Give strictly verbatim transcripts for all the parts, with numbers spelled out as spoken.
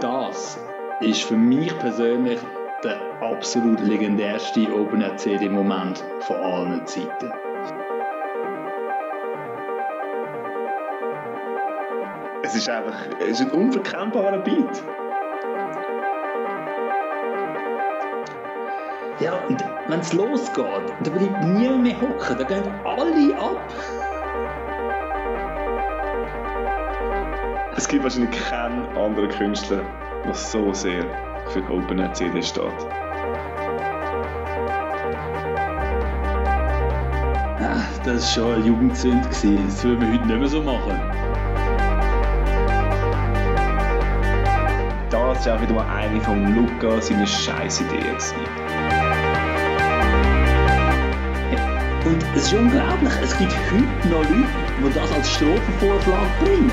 Das ist für mich persönlich der absolut legendärste OpenRCD-Moment von allen Zeiten. Es ist einfach es ist ein unverkennbarer Beat. Ja, und wenn es losgeht, da bleibt niemand mehr hocken, da gehen alle ab. Es gibt wahrscheinlich keinen anderen Künstler, der so sehr für OpenRCD steht. Ja, das war schon eine Jugendsünde. Das würden wir heute nicht mehr so machen. Das war auch wieder mal eine von Luca seine Scheiß-Idee. Und es ist unglaublich, es gibt heute noch Leute, die das als Strophenvorschlag bringen.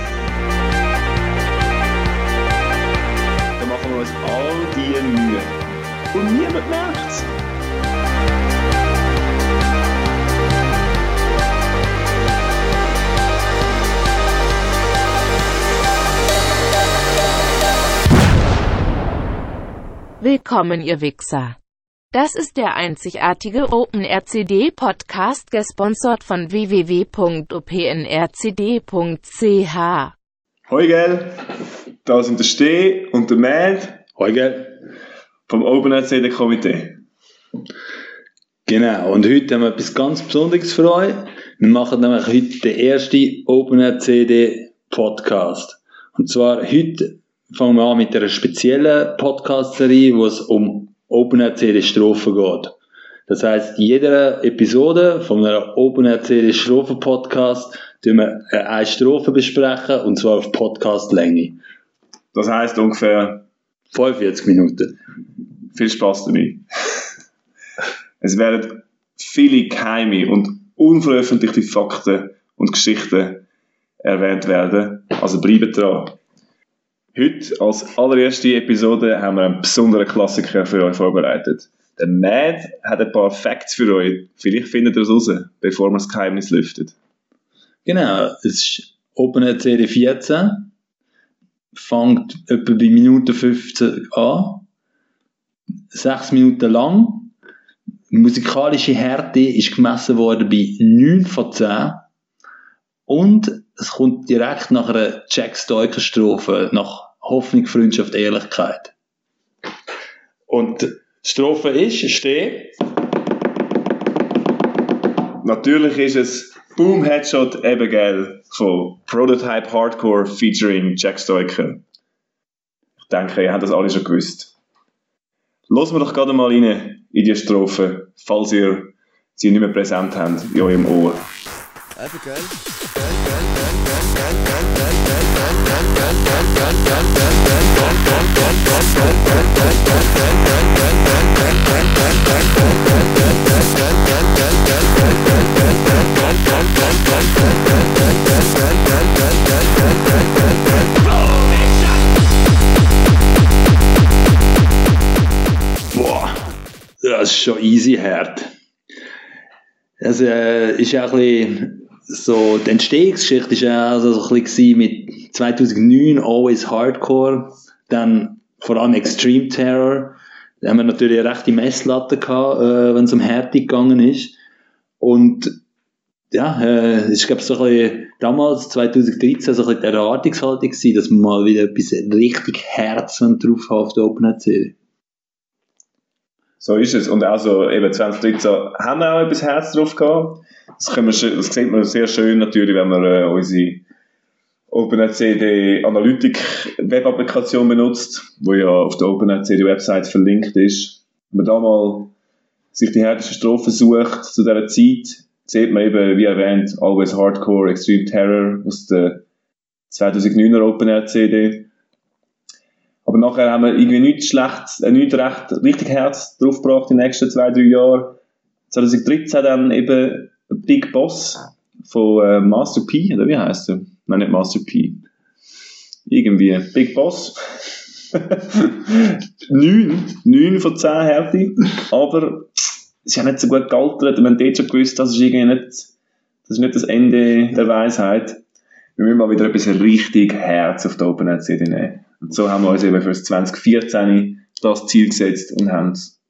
Da machen wir uns all die Mühe. Und niemand merkt es. Willkommen, ihr Wichser. Das ist der einzigartige OpenRCD-Podcast, gesponsert von w w w punkt o p n r c d punkt c h. Hoi gell, da sind der Steh und der Mad. Hoi gell. Vom OpenRCD-Komitee. Genau, und heute haben wir etwas ganz Besonderes für euch. Wir machen nämlich heute den ersten OpenRCD-Podcast. Und zwar heute fangen wir an mit einer speziellen Podcast-Serie, wo es um OpenRCD-Strophen geht. Das heisst, in jeder Episode von einer OpenRCD-Strophen-Podcast tun wir eine Strophe besprechen, und zwar auf Podcast-Länge. Das heisst ungefähr fünfundvierzig Minuten. Viel Spaß dabei. Es werden viele geheime und unveröffentlichte Fakten und Geschichten erwähnt werden, also bleibt dran. Heute, als allererste Episode, haben wir einen besonderen Klassiker für euch vorbereitet. Der Mad hat ein paar Facts für euch. Vielleicht findet ihr es raus, bevor wir das Geheimnis lüftet. Genau, es ist OpenRCD vierzehn. Fängt etwa bei Minute fünfzehn an. Sechs Minuten lang. Die musikalische Härte ist gemessen worden bei neun von zehn. Und es kommt direkt nach einer Jack Stoiker-Strophe, nach Hoffnung, Freundschaft, Ehrlichkeit. Und die Strophe ist, steh. Natürlich ist es Boom Headshot eben geil von Prototype Hardcore featuring Jack Stoiker. Ich denke, ihr habt das alle schon gewusst. Hören wir doch gerade mal rein in die Strophe, falls ihr sie nicht mehr präsent habt in eurem Ohr. Einfach geil. Boah, das ist schon easy hart. Das äh, ist ja ein bisschen so, die Entstehungsgeschichte war ja also so ein bisschen mit zweitausendneun Always Hardcore, dann vor allem Extreme Terror. Da haben wir natürlich eine rechte Messlatte gehabt, äh, wenn es um Härte gegangen ist. Und ja, äh, es ist, glaube ich, so ein bisschen, damals, zweitausenddreizehn, so ein bisschen die Erwartungshaltung gewesen, dass wir mal wieder etwas richtig Herz drauf haben auf der OpenRCD. So ist es. Und also eben zweitausenddreizehn haben wir auch etwas Herz drauf gehabt. Das, können wir, das sieht man sehr schön natürlich, wenn man äh, unsere OpenRCD Analytic Web-Applikation benutzt, die ja auf der OpenRCD Website verlinkt ist. Wenn man da mal sich die härtesten Strophen sucht zu dieser Zeit, sieht man eben, wie erwähnt, Always Hardcore, Extreme Terror aus der zweitausenddeuner OpenRCD. Aber nachher haben wir irgendwie nichts schlecht, äh, nichts recht, richtig Herz draufgebracht in den nächsten zwei, drei Jahren. zweitausenddreizehn dann eben Big Boss von äh, Master P, oder wie heisst er? Nein, nicht Master P. Irgendwie. Big Boss. neun, neun von zehn Härte. Aber es ist ja nicht so gut gealtert. Wir haben dort schon gewusst, das ist irgendwie nicht, das ist nicht das Ende der Weisheit. Wir müssen mal wieder ein bisschen richtig Herz auf die OpenRCD nehmen. Und so haben wir uns eben für das zwanzig vierzehn das Ziel gesetzt und haben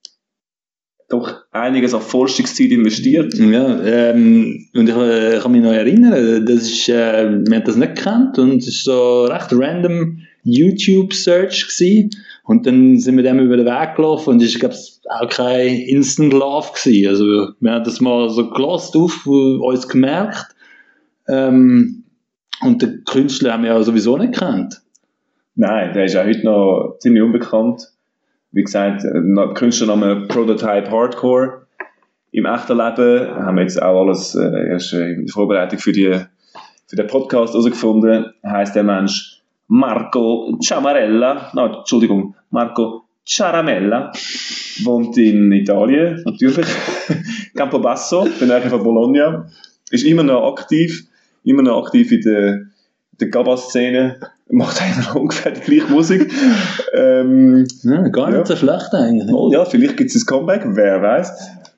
doch einiges an Forschungszeit investiert. Ja, ähm, und ich äh, kann mich noch erinnern, das ist, äh, wir haben das nicht gekannt und es war so recht random YouTube-Search gewesen. Und dann sind wir dem über den Weg gelaufen und es war, glaube ich, auch kein Instant Love gewesen. Also wir haben das mal so gelost auf, uns gemerkt. Ähm, und den Künstler haben wir ja sowieso nicht gekannt. Nein, der ist auch heute noch ziemlich unbekannt. Wie gesagt, Künstlername Prototype Hardcore. Im echten Leben haben wir jetzt auch alles äh, erst in der Vorbereitung für, die, für den Podcast herausgefunden. Heißt der Mensch Marco Ciamarella, no, Entschuldigung, Marco Ciaramella, wohnt in Italien, natürlich, Campobasso, der Nähe von Bologna, ist immer noch aktiv, immer noch aktiv in der, der Gabba-Szene, macht eigentlich ungefähr die gleiche Musik. Ähm, ja, gar nicht ja. so schlecht eigentlich. Oh, ja, vielleicht gibt es ein Comeback, wer weiß.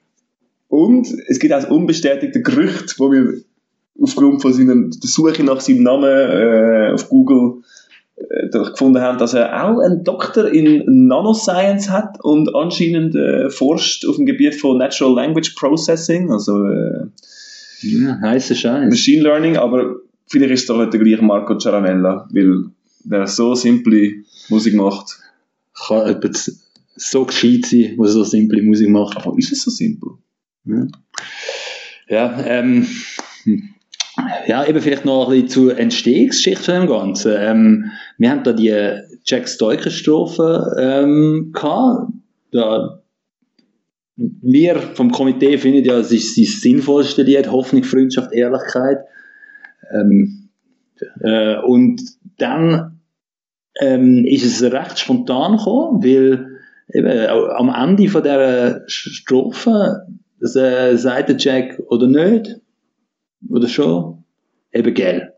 Und es gibt auch das unbestätigte Gerücht, wo wir aufgrund von seiner der Suche nach seinem Namen äh, auf Google äh, gefunden haben, dass er auch einen Doktor in Nanoscience hat und anscheinend äh, forscht auf dem Gebiet von Natural Language Processing, also äh, ja, heiße Scheiß. Machine Learning, aber vielleicht ist es doch nicht der gleiche Marco Ciaramella, weil wer so simple Musik macht. Kann jemand so gescheit sein, der so simple Musik macht. Aber ist es so simpel? Ja, ja ähm, ja, eben vielleicht noch ein bisschen zur Entstehungsgeschichte von dem Ganzen. Ähm, wir haben da die Jack Stoiker-Strophe ähm, gehabt. Da, wir vom Komitee finden ja, es ist das sinnvollste Lied, Hoffnung, Freundschaft, Ehrlichkeit. Ähm, äh, und dann ähm, ist es recht spontan gekommen, weil eben am Ende von dieser Strophe das, äh, sagt der Jack, oder nicht, oder schon, eben gell.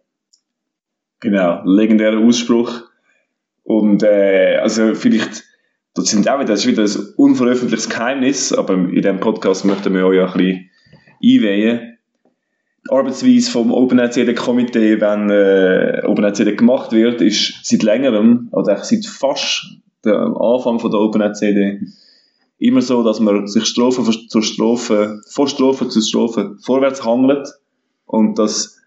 Genau, legendärer Ausspruch. Und äh, also vielleicht, das, sind auch wieder, das ist wieder ein unveröffentlichtes Geheimnis, aber in diesem Podcast möchten wir euch ja ein bisschen einweihen. Die Arbeitsweise vom OpenRCD-Komitee, wenn äh, OpenRCD gemacht wird, ist seit längerem, oder also seit fast dem Anfang von der OpenRCD, immer so, dass man sich Strophe zur Strophe, von Strophe zu Strophe vorwärts hangelt und das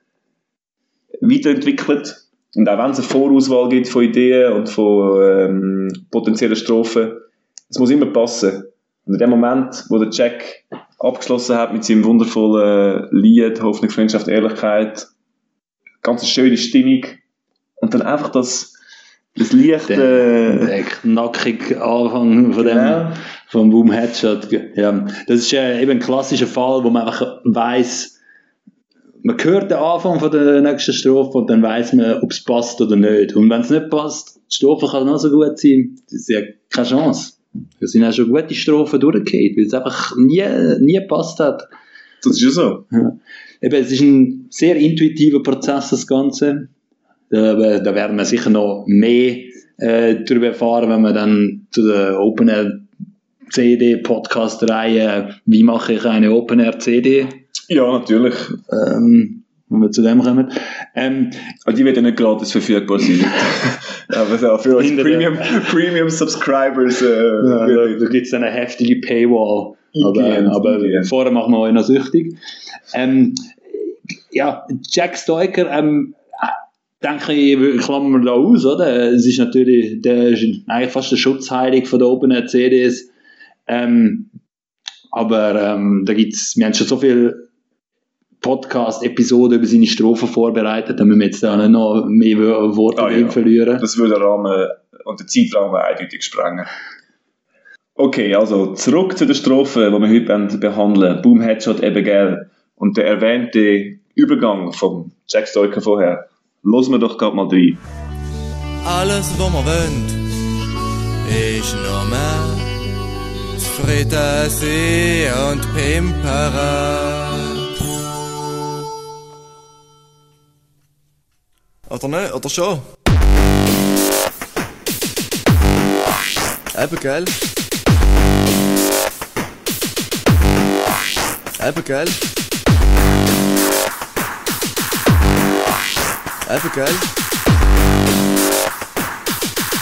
weiterentwickelt. Und auch wenn es eine Vorauswahl gibt von Ideen und von ähm, potenziellen Strophen, es muss immer passen. Und in dem Moment, wo der Jack abgeschlossen hat mit seinem wundervollen Lied, Hoffnung, Freundschaft, Ehrlichkeit, ganz schöne Stimmung, und dann einfach das, das leichte... Der, der knackige Anfang von dem, genau. vom Boom Headshot. Ja, das ist äh, eben ein klassischer Fall, wo man einfach weiss, man hört den Anfang von der nächsten Strophe und dann weiss man, ob es passt oder nicht. Und wenn es nicht passt, die Strophe kann noch so gut sein, das ist ja keine Chance. Es sind auch schon gute Strophen durchgefallen, weil es einfach nie, nie gepasst hat. Das ist ja so. Ja. Eben, es ist ein sehr intuitiver Prozess, das Ganze. Da, da werden wir sicher noch mehr äh, darüber erfahren, wenn wir dann zu der Open C D Podcast-Reihe «Wie mache ich eine Open C D?» Ja, natürlich. Ähm, wenn wir zu dem kommen. Ähm, Aber die wird ja nicht gratis verfügbar sein. Aber so, für uns Premium, Premium Subscribers. Äh, ja, da da gibt es eine heftige Paywall. Eingehend, aber aber eingehend. vorher machen wir euch noch süchtig. Ähm, ja, Jack Stoiker, ähm, denke ich, klammern wir da aus, oder? Es ist natürlich, der ist eigentlich fast der Schutzheilig von der Open C Ds. Ähm, aber ähm, da gibt's, wir haben schon so viele Podcast-Episoden über seine Strophen vorbereitet, da müssen wir jetzt da nicht noch mehr Worte ah, ja. verlieren. Das würde den Rahmen und den Zeitrahmen eindeutig sprengen. Okay, also zurück zu der Strophe, die wir heute behandeln. Boom, Headshot, eben gell. Und der erwähnte Übergang von Jack Stoiker vorher. Hören wir doch gerade mal rein. Alles, was wir wollen, ist nur mehr zufrieden sein und pimpern. Oder nicht? Oder schon? Eben, gell? Eben, gell? Eben, gell?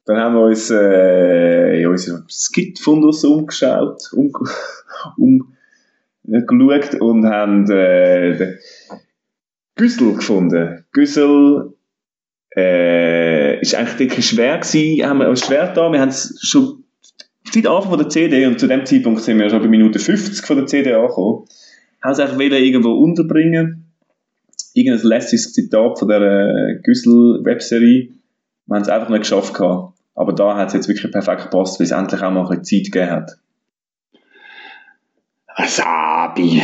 Dann haben wir uns äh, in unserem Skit-Fundus umgeschaut, um, um, äh, geschaut und haben äh, den Güssel gefunden. Güssel äh, ist eigentlich wirklich schwer gewesen, haben wir uns schwer da. Wir haben es schon seit Anfang der C D, und zu dem Zeitpunkt sind wir schon bei Minute fünfzig von der C D angekommen, haben es einfach wollen irgendwo unterbringen. Irgendein lässiges Zitat von dieser Güssel-Webserie. Wir haben es einfach nicht geschafft gehabt. Aber da hat es jetzt wirklich perfekt gepasst, weil es endlich auch mal ein bisschen Zeit gegeben hat. Wasabi.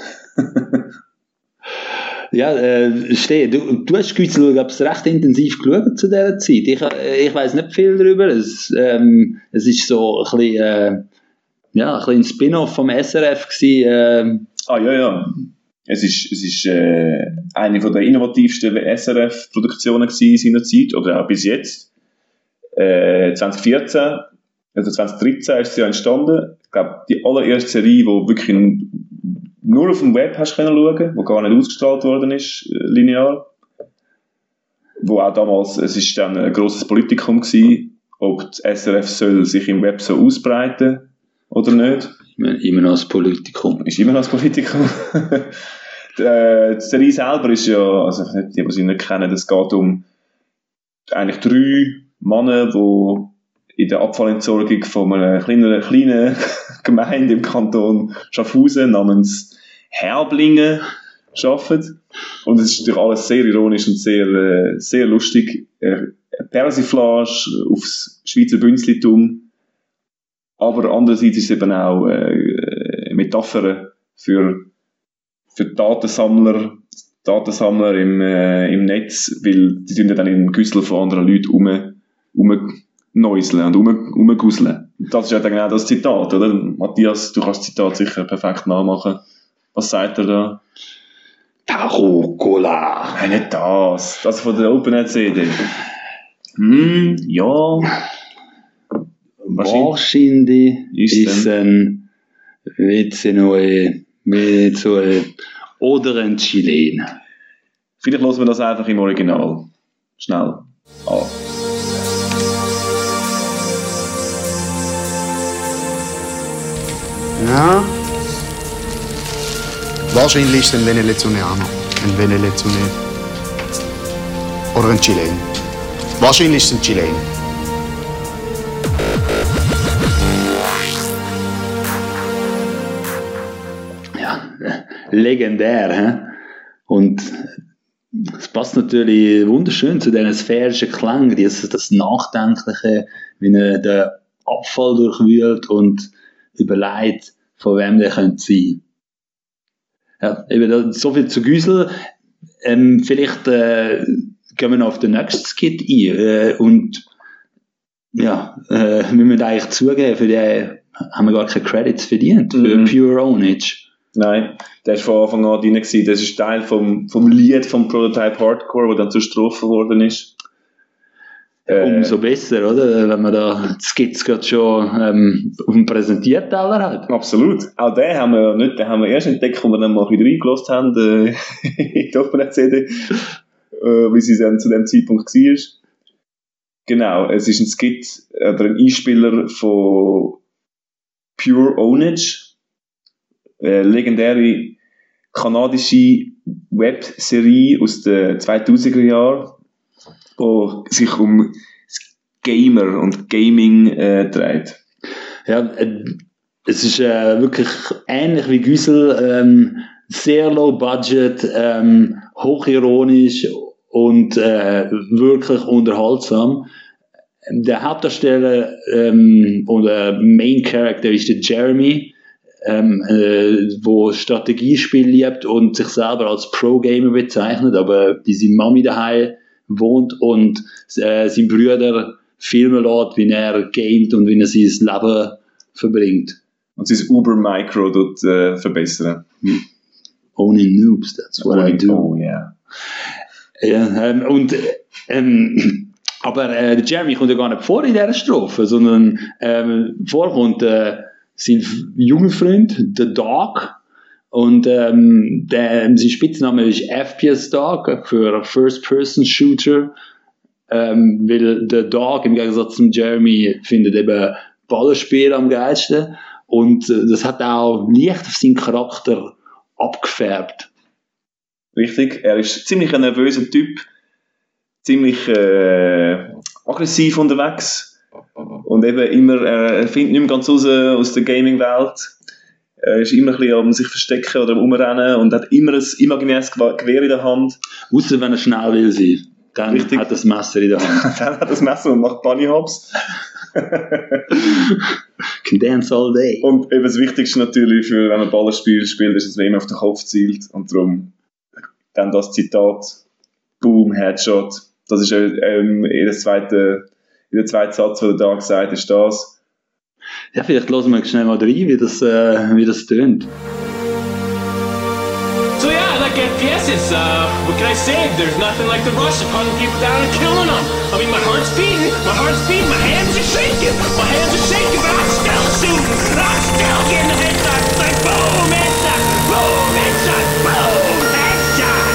Ja, äh, Steh, du, du hast Güssel, glaube ich, recht intensiv geschaut zu dieser Zeit. Ich, äh, ich weiss nicht viel darüber. Es, ähm, es ist so ein bisschen, äh, ja, ein bisschen ein Spin-off vom S R F gewesen. Äh. Ah, ja, ja. Es ist, es ist äh, eine von der innovativsten S R F-Produktionen in seiner Zeit, oder auch bis jetzt. Äh, zwanzig vierzehn, also zwanzig dreizehn ist sie ja entstanden. Ich glaube, die allererste Serie, die wirklich nur auf dem Web hast können schauen, die gar nicht ausgestrahlt worden ist, linear. Wo auch damals, es ist dann ein grosses Politikum gewesen, ob das S R F soll sich im Web so ausbreiten oder nicht. Immer noch das Politikum. Ist immer noch das Politikum. die, äh, die Serie selber ist ja, also die, die sie nicht kennen, es geht um eigentlich drei Männer, die in der Abfallentsorgung von einer kleinen, kleinen Gemeinde im Kanton Schaffhausen namens Herblingen arbeiten. Und es ist natürlich alles sehr ironisch und sehr, äh, sehr lustig. Äh, Persiflage aufs Schweizer Bünzlitum. Aber andererseits ist es eben auch äh, Metaphern für, für Datensammler, Datensammler im, äh, im Netz, weil die sind ja dann im Güssel von anderen Leuten rum, rumnäuseln und rum, rumgusseln. Das ist ja dann genau das Zitat, oder? Matthias, du kannst das Zitat sicher perfekt nachmachen. Was sagt er da? Tarocola. Nein, nicht das. Das von der OpenNet-C D. Hm, ja. Wahrscheinlich ist ein Vezenoe, Vezenoe oder ein Chilen. Vielleicht hören wir das einfach im Original. Schnell an. Ja. Wahrscheinlich ist es ein Venezuelaner. Ein Venezuelaner. Oder ein Chilen. Wahrscheinlich ist es ein Chilen. Ja, legendär, hä? Und es passt natürlich wunderschön zu diesen sphärischen Klängen, das, das Nachdenkliche, wie er den Abfall durchwühlt und überlegt, von wem der könnte sein. Ja, eben das, so viel zu Güssel. Ähm, vielleicht äh, gehen wir noch auf den nächsten Skit ein. Äh, und ja, äh, wir müssen eigentlich zugeben, für den haben wir gar keine Credits verdient, für mhm. Pure Ownage. Nein, der war von Anfang an drin gewesen. Das ist Teil vom, vom Lied vom Prototype Hardcore, das dann zur Strophe geworden ist. Äh, Umso besser, oder? Wenn man da die Skits gerade schon ähm, auf dem Präsentierteller hat. Absolut. Auch den haben wir nicht, den haben wir erst entdeckt, als wir dann mal wieder reingelassen haben, äh, in die OpenNet-C D, äh, wie sie dann zu dem Zeitpunkt war. Genau, es ist ein Skit oder ein Einspieler von Pure Ownage, eine legendäre kanadische Webserie aus den zweitausender Jahren, die sich um Gamer und Gaming äh, dreht. Ja, äh, es ist äh, wirklich ähnlich wie Güssel, ähm, sehr low budget, ähm, hochironisch und äh, wirklich unterhaltsam. Der Hauptdarsteller ähm, oder Main Character ist der Jeremy, ähm, äh, wo Strategiespiel liebt und sich selber als Pro-Gamer bezeichnet, aber bei seiner Mami daheim wohnt und äh, sein Bruder filmen lässt, wie er gamet und wie er sein Leben verbringt. Und sein Uber-Micro dort äh, verbessern. Hm. Owning Noobs, that's what Owning, I do. Oh, yeah. Ja, ähm, und ähm, aber äh, der Jeremy kommt ja gar nicht vor in dieser Strophe, sondern ähm, vorkommt äh, sein junger Freund, der Dog, und ähm, der, sein Spitzname ist F P S Dog für First-Person-Shooter, Ähm, weil der Dog im Gegensatz zum Jeremy findet eben Ballerspiel am geilsten und äh, das hat auch leicht auf seinen Charakter abgefärbt. Richtig, er ist ziemlich ein nervöser Typ, ziemlich äh, aggressiv unterwegs und eben immer, äh, er findet nicht mehr ganz raus aus der Gaming-Welt. Er ist immer ein bisschen am sich verstecken oder rumrennen und hat immer ein imaginäres Gewehr in der Hand. Ausser wenn er schnell will sein, dann Richtig. hat er das Messer in der Hand. Dann hat er das Messer und macht Bunny Hops. Can dance all day. Und eben das Wichtigste natürlich, für, wenn man Ballerspiel spielt, ist, dass man immer auf den Kopf zielt. Und darum dann das Zitat, Boom, Headshot. Das ist ähm, in der zweiten, in der zweiten Satz, den er da gesagt ist das. Ja, vielleicht hören wir schnell mal rein, wie das, äh, wie das tönt. So yeah, I like F P Ss. Uh, what can I say? There's nothing like the rush of hunting people down and killing them. I mean, my heart's beating, my heart's beating, my hands are shaking, my hands are shaking, but I'm still shooting, I'm still getting the headshot. It's like boom, headshot, boom, headshot, boom, headshot.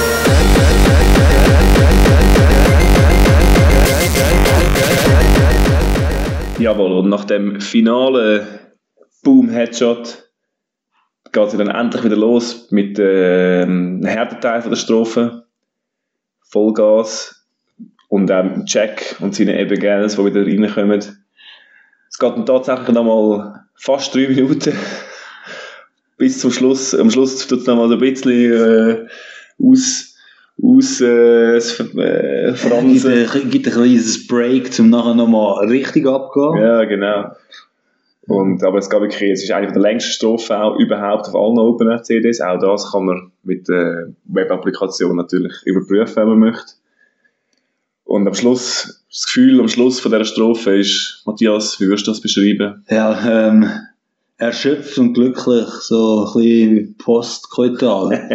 Jawohl, und nach dem finalen Boom-Headshot geht es dann endlich wieder los mit dem ähm, harten Teil von der Strophe. Vollgas. Und ähm, Jack und seine Abigails, die wieder reinkommen. Es geht dann tatsächlich nochmal fast drei Minuten. Bis zum Schluss. Am Schluss tut es nochmal so ein bisschen äh, aus... aus äh, äh, Franzen. Es gibt, gibt ein kleines Break, um nachher nochmal richtig abzugehen. Ja, genau. Und, aber es geht wirklich, es ist eine der längsten Strophen auch überhaupt auf allen Open-C Ds. Auch das kann man mit der Web-Applikation natürlich überprüfen, wenn man möchte. Und am Schluss, das Gefühl am Schluss von dieser Strophe ist, Matthias, wie würdest du das beschreiben? Ja, ähm, erschöpft und glücklich, so ein bisschen postkoital.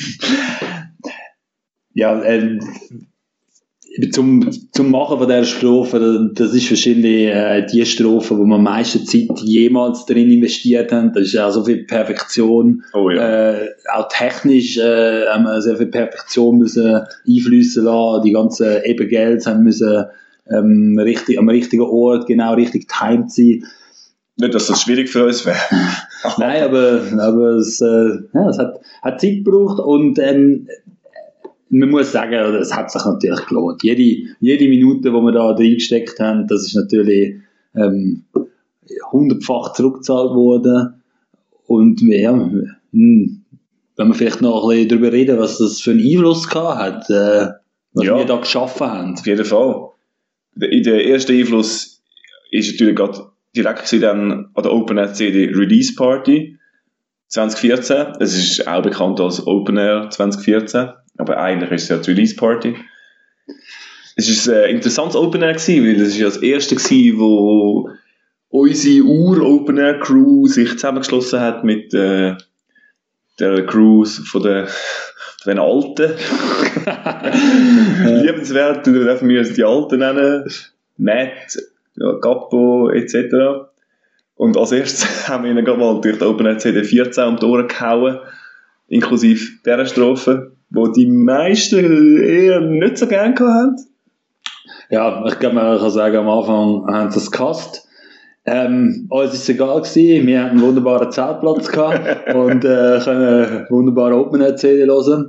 Ja, äh, zum, zum Machen von dieser Strophe, das ist wahrscheinlich äh, die Strophe, wo wir am meisten Zeit jemals drin investiert haben. Das ist auch so viel Perfektion. Oh ja. Äh, auch technisch äh, haben wir sehr viel Perfektion müssen einfließen lassen. Die ganzen Ebengels haben müssen ähm, richtig, am richtigen Ort, genau richtig timed sein. Nicht, dass das schwierig für uns wäre. Nein, aber, aber es, äh, ja, es hat, hat Zeit gebraucht und ähm, man muss sagen, es hat sich natürlich gelohnt. Jede, jede Minute, die wir da reingesteckt haben, das ist natürlich ähm, hundertfach zurückgezahlt worden. Und ja, wenn wir vielleicht noch ein bisschen darüber reden, was das für einen Einfluss gehabt hat, äh, was Ja. wir da geschaffen haben. Auf jeden Fall. Der, der erste Einfluss ist natürlich gerade direkt dann an der OpenAir-C D Release Party zwanzig vierzehn. Es ist auch bekannt als Open Air zwanzig vierzehn. Aber eigentlich ist es ja die Release Party. Es war ein interessantes Open Air, weil es ja das erste war, wo unsere Ur-Open Air Crew sich zusammengeschlossen hat mit äh, der Crews von den, von den Alten. Liebenswert, du darfst mir die Alten nennen. Matt, ja, Gappo et cetera. Und als erstes haben wir ihnen gerade mal durch die Open Air C D vierzehn um die Ohren gehauen, inklusive dieser Strophe, wo die meisten eher nicht so gerne haben. Ja, ich glaube, man kann sagen, am Anfang haben sie es gehasst. Ähm, uns war es egal gewesen. Wir hatten einen wunderbaren Zeltplatz gehabt und äh, können wunderbare Open Air C D hören.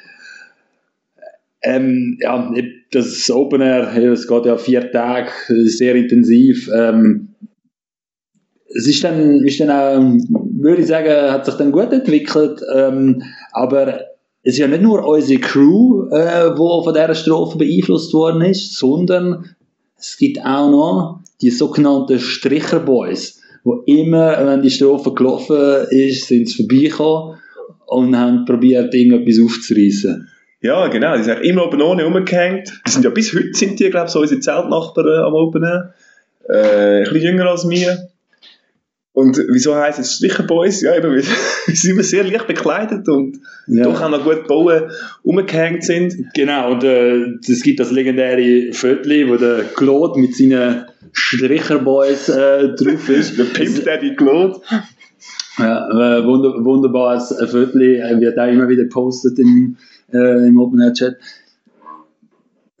Ähm, ja, das Open Air, es geht ja vier Tage, sehr intensiv. Ähm, es ist dann, ist dann auch, würde ich sagen, hat sich dann gut entwickelt, ähm, aber es ist ja nicht nur unsere Crew, äh, die von dieser Strophe beeinflusst worden ist, sondern es gibt auch noch die sogenannten Stricherboys, die immer, wenn die Strophe gelaufen ist, sind sie vorbeigekommen und haben probiert, irgendetwas aufzureissen. Ja, genau, die sind immer oben ohne rumgehängt. Die sind ja bis heute, sind die, glaube ich, so unsere Zeltnachbarn am Open Air. Äh, ein bisschen jünger als mir. Und wieso heisst es Stricherboys? Ja, eben, weil sie immer sehr leicht bekleidet und Ja. doch auch noch gut bauen, rumgehängt sind. Genau, und äh, es gibt das legendäre Viertel, wo der Claude mit seinen Stricherboys äh, drauf ist. Der Pimp Daddy Claude. Ja, äh, wunder, wunderbares Viertel, äh, wird auch immer wieder gepostet im, äh, im Open Air Chat.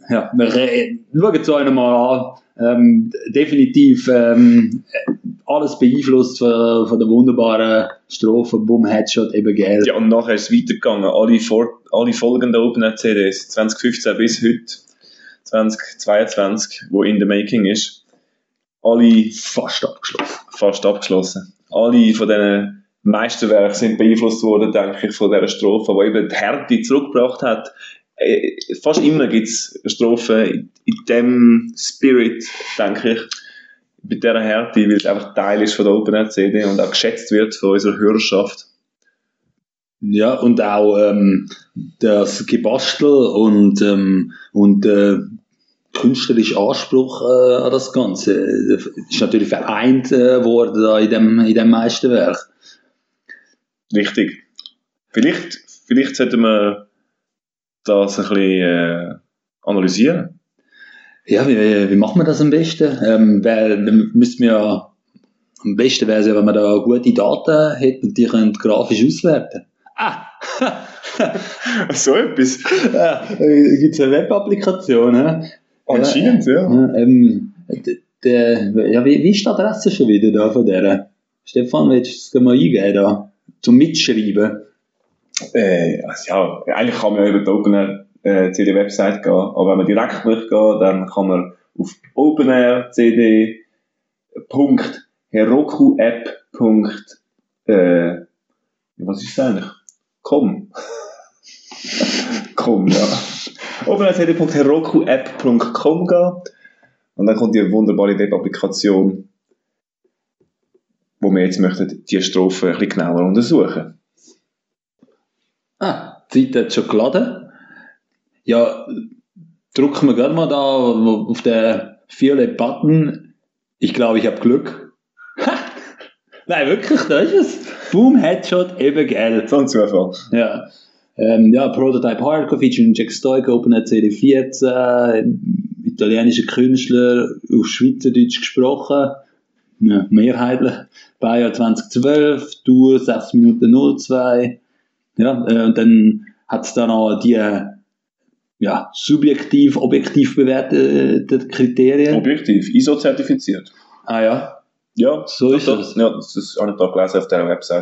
ja, wir äh, schauen es euch nochmal an. Ähm, definitiv ähm, alles beeinflusst von, von der wunderbaren Strophe Boom Headshot eben Geld. Ja, und nachher ist es weitergegangen. Alle, vor, alle folgenden Open-C Ds, zwanzig fünfzehn bis heute, zwanzig zweiundzwanzig, wo in the making ist, alle Fast abgeschlossen. fast abgeschlossen. Alle von diesen Meisterwerken sind beeinflusst worden, denke ich, von dieser Strophe, die eben die Härte zurückgebracht hat. Äh, Fast immer gibt es Strophen in dem Spirit, denke ich, bei dieser Härte, weil es einfach Teil ist von der Open-C D und auch geschätzt wird von unserer Hörerschaft. Ja, und auch ähm, das Gebastel und, ähm, und äh, künstlerischer Anspruch äh, an das Ganze äh, ist natürlich vereint äh, worden da in dem, in dem Meisterwerk. Richtig. Vielleicht, vielleicht sollten wir das ein bisschen äh, analysieren. Ja, wie, wie machen wir das am besten? Ähm, weil, dann müssten wir ja, am besten wäre es ja, wenn wir da gute Daten hätten und die können grafisch auswerten. Ah! So etwas? Ja, äh, gibt es eine Web-Applikation, hä? Anscheinend, ja. Ja, ähm, d- d- ja wie, wie ist die Adresse schon wieder da von der? Stefan, willst du es mal eingeben da? Zum Mitschreiben? Äh, also ja, eigentlich kann man ja über die OpenAir-C D-Website gehen, aber wenn man direkt durchgeht, dann kann man auf openaircd punkt herokuapp punkt äh, was ist das eigentlich? Com. Com, ja. openaircd punkt herokuapp punkt com gehen und dann kommt die wunderbare Web-Applikation, wo wir jetzt möchten, die Strophe ein bisschen genauer untersuchen. Ah, die Zeit hat schon geladen. Ja, drücken wir gerne mal da auf den violetten Button. Ich glaube, ich habe Glück. Ha! Nein, wirklich, da ist es. Boom, Headshot, eben Geld. So ein Zufall. Ja. Ähm, ja, Prototype Hardcore, featuring Jack Stoica, OpenAir-C D vierzehn, italienischer Künstler, auf Schweizerdeutsch gesprochen, ja, mehrheitlich, Baujahr zwanzig zwölf, Tour sechs Minuten null zwei, ja, äh, und dann hat es da noch die, ja, subjektiv, objektiv bewerteten Kriterien. Objektiv, I S O-zertifiziert. Ah ja, Ja, so ist doch, es. Ja, das ist auch nicht da gelesen auf dieser Website.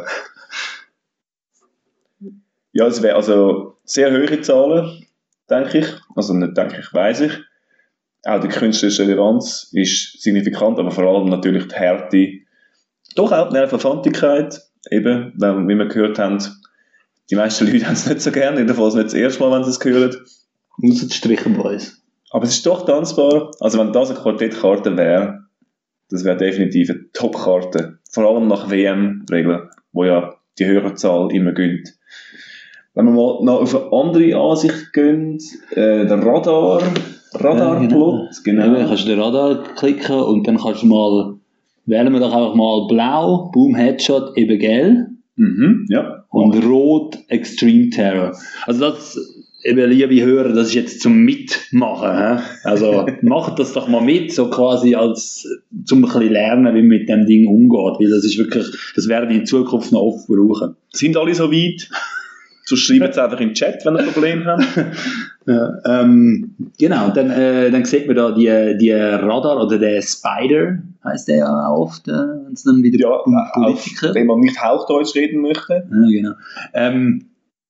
Ja, es wäre also sehr hohe Zahlen, denke ich. Also nicht denke ich, weiss ich. Auch die künstlerische Relevanz ist signifikant, aber vor allem natürlich die Härte. Doch auch die Nervenfantigkeit. Eben, wenn, wie wir gehört haben, die meisten Leute haben es nicht so gerne, jedenfalls nicht das erste Mal, wenn sie es hören. Ausser die Strichenboys. Aber es ist doch tanzbar. Also wenn das eine Quartettkarte wäre, das wäre definitiv eine Top-Karte. Vor allem nach W M-Regeln, wo ja die höhere Zahl immer gönnt. Wenn wir mal noch auf eine andere Ansicht gehen, äh, der Radar, Radarplot, Ja, genau. genau. Eben, kannst du den Radar klicken und dann kannst du mal, wählen wir doch einfach mal blau, Boom Headshot, eben gelb, Mhm, ja. und rot, Extreme Terror. Also das, eben, liebe Hörer, das ist jetzt zum Mitmachen. He? Also macht das doch mal mit, so quasi als, zum ein bisschen lernen, wie man mit dem Ding umgeht, weil das ist wirklich, das werden wir in Zukunft noch oft brauchen. Sind alle so weit? So schreibt es einfach im Chat, wenn ihr ein Problem habt. Ja, ähm, genau, dann, äh, dann sieht man da die, die Radar oder der Spider, heisst der ja auch oft, äh, wenn es dann wieder Ja, um auf Politiker. dem man nicht Hauchdeutsch reden möchte. Ja, genau. Ähm,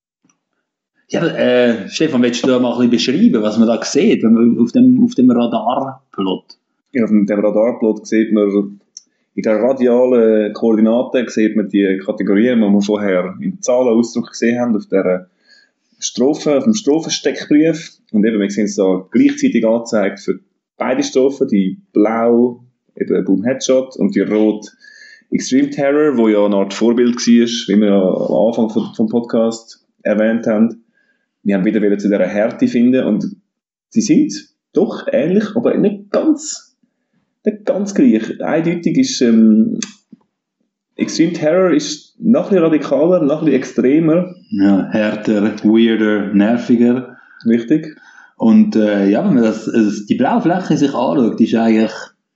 ja, äh, Stefan, willst du da mal ein bisschen beschreiben, was man da sieht, wenn man auf dem, auf dem Radarplot? Ja, auf dem Radarplot sieht man, in der radialen Koordinate sieht man die Kategorien, die wir vorher im Zahlenausdruck gesehen haben, auf der Strophe, auf dem Strophensteckbrief. Und eben, wir sehen es da gleichzeitig angezeigt für beide Strophen, die blau, eben Boom Headshot, und die rot Extreme Terror, wo ja eine Art Vorbild war, wie wir ja am Anfang vom, vom Podcast erwähnt haben. Wir haben wieder wieder zu dieser Härte finden, und sie sind doch ähnlich, aber nicht ganz nicht ganz gleich. Eindeutig ist ähm, Extreme Terror ist noch ein bisschen radikaler, noch ein bisschen extremer. Ja, härter, weirder, nerviger. Richtig. Und äh, ja, wenn man das, also die blaue Fläche sich anschaut, die ist eigentlich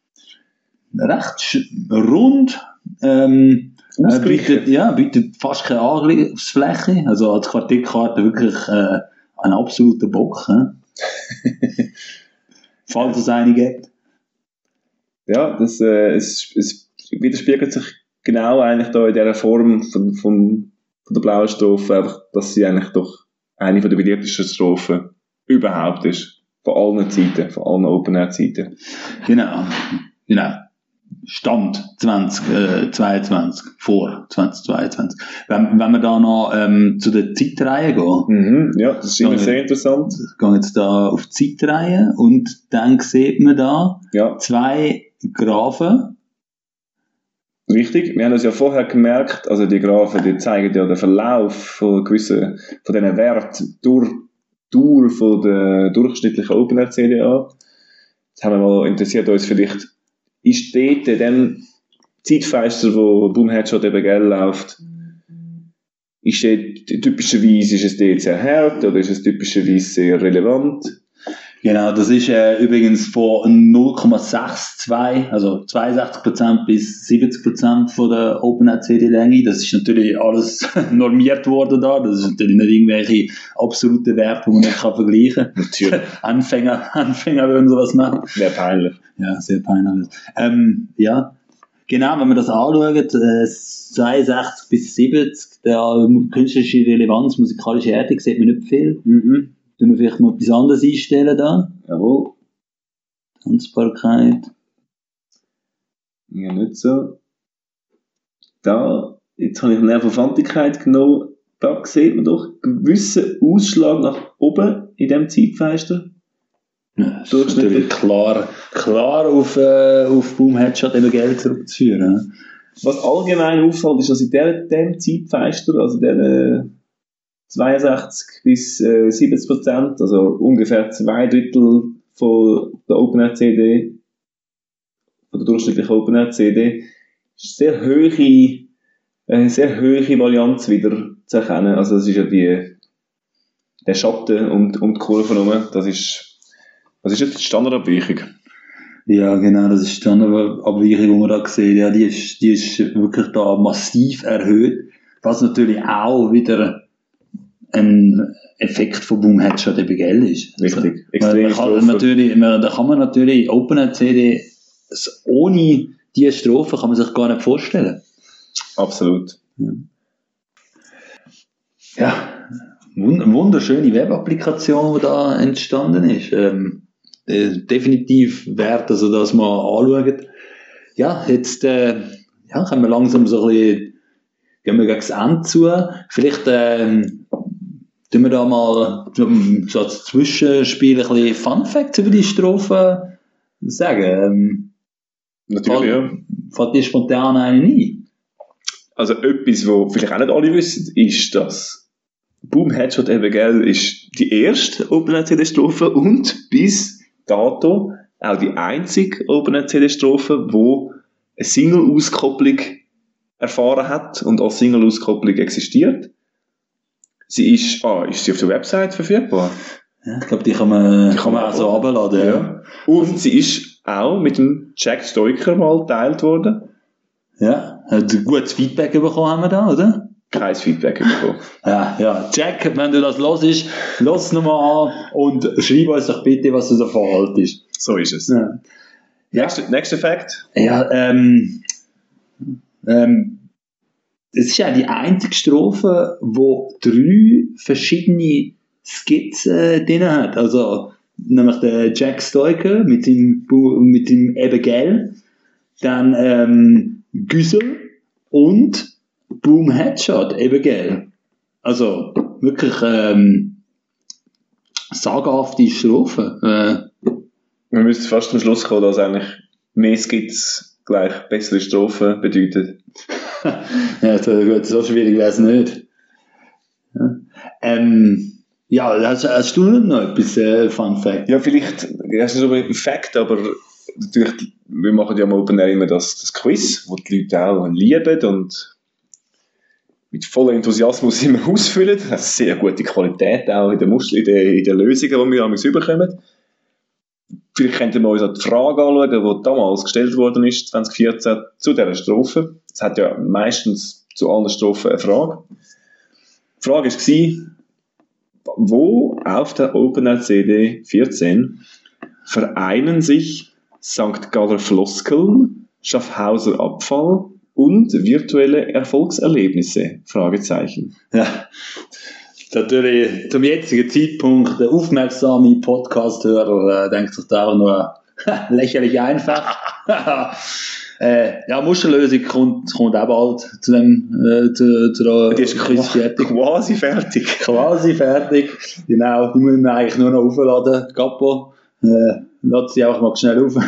recht sch- rund. Ähm, äh, Ausgeglichen. bietet, ja, bietet fast keine Angriffsfläche. Also als Quartettkarte wirklich äh, ein absoluter Bock. He? falls es eine gibt. Ja, das, äh, es, es widerspiegelt sich genau eigentlich da in dieser Form von, von, von der blauen Strophe, einfach, dass sie eigentlich doch eine von der beliebtesten Strophen überhaupt ist. Von allen Zeiten, von allen Open-Air-Zeiten. Genau, genau. Stand zwanzig zweiundzwanzig, vor zwanzig zweiundzwanzig. Wenn, wenn wir da noch ähm, zu der Zeitreihe gehen, Mhm, ja, das ist immer Dann- sehr interessant. ich gehe jetzt da auf die Zeitreihe und dann sieht man da Ja, zwei Graphen. richtig. Wir haben das ja vorher gemerkt, also die Graphen, die zeigen ja den Verlauf von gewissen, von diesen Werten durch Tour von der durchschnittlichen Open-Air-C D an. Jetzt haben wir mal interessiert uns vielleicht, ist dort in dem Zeitfenster, wo Boom Headshot eben gell läuft, ist dort typischerweise, ist es dort sehr hart oder ist es typischerweise sehr relevant? Genau, das ist äh, übrigens von null Komma zweiundsechzig, also zweiundsechzig Prozent bis siebzig Prozent von der Open-C D-Länge. Das ist natürlich alles normiert worden da. Das ist natürlich nicht irgendwelche absoluten Werte, die man nicht kann vergleichen kann. Natürlich. Anfänger, Anfänger würden sowas machen. Wäre peinlich. Ja, sehr peinlich. Ähm, ja, genau, wenn man das anschaut, äh, zweiundsechzig bis siebzig, der künstlerische Relevanz, musikalische Härte, sieht man nicht viel. Mhm. Tun wir vielleicht mal etwas anderes einstellen da. Jawohl. Tanzbarkeit. Ja, nicht so. Da, jetzt habe ich Nervenfantigkeit genommen. Da sieht man doch einen gewissen Ausschlag nach oben in diesem Zeitfenster. Ja, das ist natürlich klar, klar auf, äh, auf Boom Headshot eben Geld zurückzuführen. Was allgemein auffällt, ist, dass in diesem, diesem Zeitfenster, also diesen zweiundsechzig bis äh, siebzig Prozent, also ungefähr zwei Drittel von der Open-Air-C D, von der durchschnittlichen Open-Air-C D, ist sehr hohe, eine sehr hohe Varianz wieder zu erkennen. Also das ist ja die, der Schatten und, und die Kurve herum, das ist, was ist jetzt die Standardabweichung? Ja, genau, das ist die Abweichung, die man da sieht. Ja, die ist, die ist wirklich da massiv erhöht, was natürlich auch wieder ein Effekt von Boom Headshot eben gell ist. Richtig, Also, extrem man kann Strophe. natürlich, man, da kann man natürlich Open-C D ohne diese Strophe kann man sich gar nicht vorstellen. Absolut. Ja, wund- eine wunderschöne Web-Applikation, die da entstanden ist. Ähm, äh, definitiv wert, also das mal anschauen. Ja, jetzt äh, ja, können wir langsam so ein bisschen, gehen wir gegen das Ende zu. Vielleicht ähm, tun wir da mal zum, so als Zwischenspiel ein bisschen Fun Facts über die Strophe sagen. Ähm, Natürlich, ja. fällt dir spontan einen ein? Also etwas, was vielleicht auch nicht alle wissen, ist, dass Boom Headshot eben gell ist die erste Open-C D-Strophe und bis dato auch die einzige Open-C D-Strophe, wo eine Single-Auskopplung erfahren hat und als Single-Auskopplung existiert. Sie ist, ah, ist sie auf der Website verfügbar? Ja, ich glaube, die kann man, Die kann man auch so runterladen. Ja. Und sie ist auch mit dem Jack Stoiker mal geteilt worden. Ja, hat ein gutes Feedback bekommen haben wir da, oder? Kein Feedback bekommen. Ja, ja. Jack, wenn du das hörst, lass es nochmal an und schreib uns doch bitte, was du davon haltest. So ist es. Ja, Nächster, nächster Fakt. ja ähm, ähm, es ist ja die einzige Strophe, wo drei verschiedene Skizzen drin hat. Also, nämlich der Jack Stoiker mit dem, Bu- mit dem eben Gell, dann ähm, Güssel und Boom Headshot, eben gell. Also wirklich ähm, sagenhafte Strophe. Äh, Wir müssen fast zum Schluss kommen, dass eigentlich mehr Skits gleich bessere Strophen bedeutet. ja, so, gut, so schwierig wäre es nicht. Ja, ähm, ja hast, hast du noch etwas äh, Fun Fact? Ja, vielleicht, das ist so ein Fakt, aber natürlich, wir machen ja am Open Air immer das, das Quiz, wo die Leute auch lieben und mit voller Enthusiasmus immer ausfüllen. Das hat sehr gute Qualität auch in den Muster, in den, in den Lösungen, die wir damals überkommen. Vielleicht könnten wir uns auch die Frage anschauen, die damals gestellt worden ist, zwanzig vierzehn, zu dieser Strophe. Es hat ja meistens zu allen Strophen eine Frage. Die Frage war, wo auf der Open Air C D vierzehn vereinen sich Sankt Galler Floskeln, Schaffhauser Abfall und virtuelle Erfolgserlebnisse? Fragezeichen. Ja. Natürlich zum jetzigen Zeitpunkt der aufmerksame Podcast-Hörer äh, denkt sich da nur lächerlich einfach. äh, ja, Musterlösung kommt, kommt auch bald zu dem äh, zu, zu der Die ist Quiz fertig. quasi fertig. Quasi fertig. Genau, die müssen wir eigentlich nur noch aufladen. Capo, äh, lass sie auch mal schnell auf.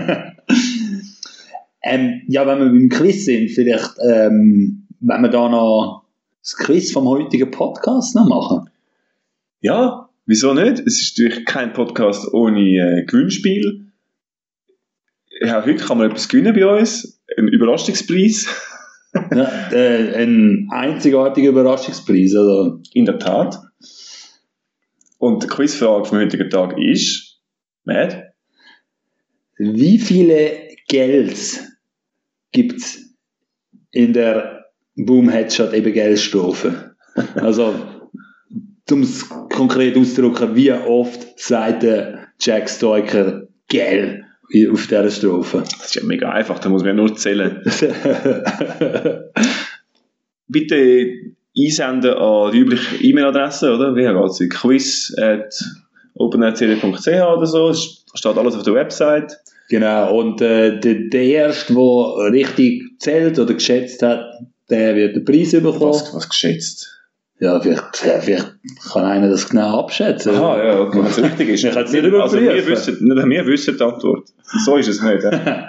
ähm, ja, wenn wir beim Quiz sind, vielleicht, ähm, wenn wir da noch das Quiz vom heutigen Podcast noch machen. Ja, wieso nicht? Es ist natürlich kein Podcast ohne äh, Gewinnspiel. Ja, heute kann man etwas gewinnen bei uns. Ein Überraschungspreis. Ja, äh, ein einzigartiger Überraschungspreis. Also. In der Tat. Und die Quizfrage vom heutigen Tag ist, Matt? Wie viele Gels gibt es in der Boom Headshot eben Geldstrophe? Also, um es konkret auszudrücken, wie oft sagt der Jack Stoiker Gel auf dieser Strophe? Das ist ja mega einfach, da muss man ja nur zählen. Bitte einsenden an die übliche E-Mail-Adresse, oder? Wie heißt sie? quiz at openrcd punkt c h oder so. Es steht alles auf der Website. Genau, und äh, der, der Erste, der richtig zählt oder geschätzt hat, der wird den Preis bekommen. Was, was geschätzt? Ja, vielleicht, vielleicht kann einer das genau abschätzen. Aha, ja, okay, wenn es richtig ist. Ich kann es nicht Also wir überprüfen. wissen, nicht, wir wissen die Antwort. So ist es nicht. Ja.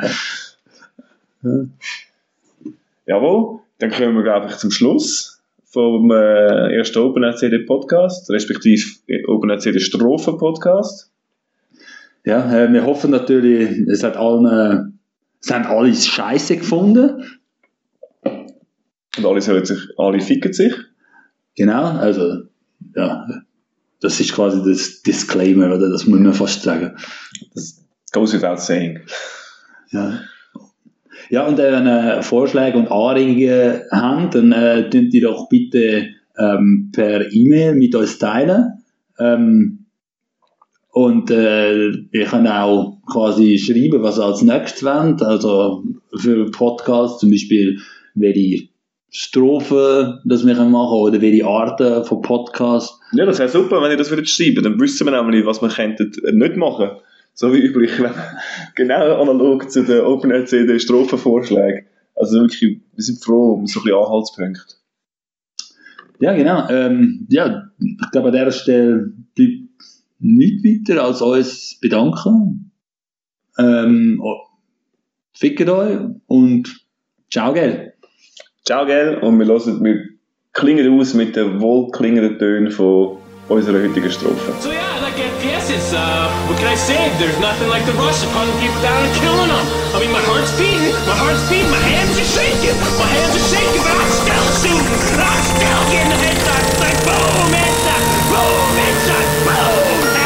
Jawohl, dann kommen wir, glaube ich, zum Schluss vom äh, ersten OpenRCD Podcast, respektive OpenRCD Strophen Podcast. Ja, äh, wir hoffen natürlich, es hat allen, äh, es haben alle Scheiße gefunden. Und alle sollen sich, alle ficken sich. Genau, also, ja, das ist quasi das Disclaimer, oder? Das muss man fast sagen. Das goes without saying. Ja. Ja, und äh, wenn ihr Vorschläge und Anregungen habt, dann äh, könnt ihr doch bitte ähm, per E-Mail mit uns teilen. Ähm, und äh, ihr könnt auch quasi schreiben, was ihr als nächstes wollt. Also für Podcasts zum Beispiel, welche Strophen das wir machen können oder welche Arten von Podcasts. Ja, das wäre super, wenn ihr das würdet schreiben. Dann wüssten wir nämlich, was wir könnten nicht machen. So wie üblich, genau analog zu den OpenRCD Strophenvorschlägen. Also wirklich, wir sind froh um so ein bisschen Anhaltspunkte. Ja, genau. Ähm, ja, ich glaube, an dieser Stelle bleibt nichts weiter als uns bedanken. Ähm, oh, fickt euch und ciao, gell. Ciao, gell. Und wir, hören, wir klingen aus mit den wohlklingenden Tönen von unserer heutigen Strophe. So yeah, I like F P S. It's, uh, what can I say? There's nothing like the rush of hunting people down and killing them. I mean, my heart's beating, my heart's beating, my hands are shaking, my hands are shaking, but I'm still shooting, I'm still getting the headshots, like boom, headshot, boom, headshot, boom.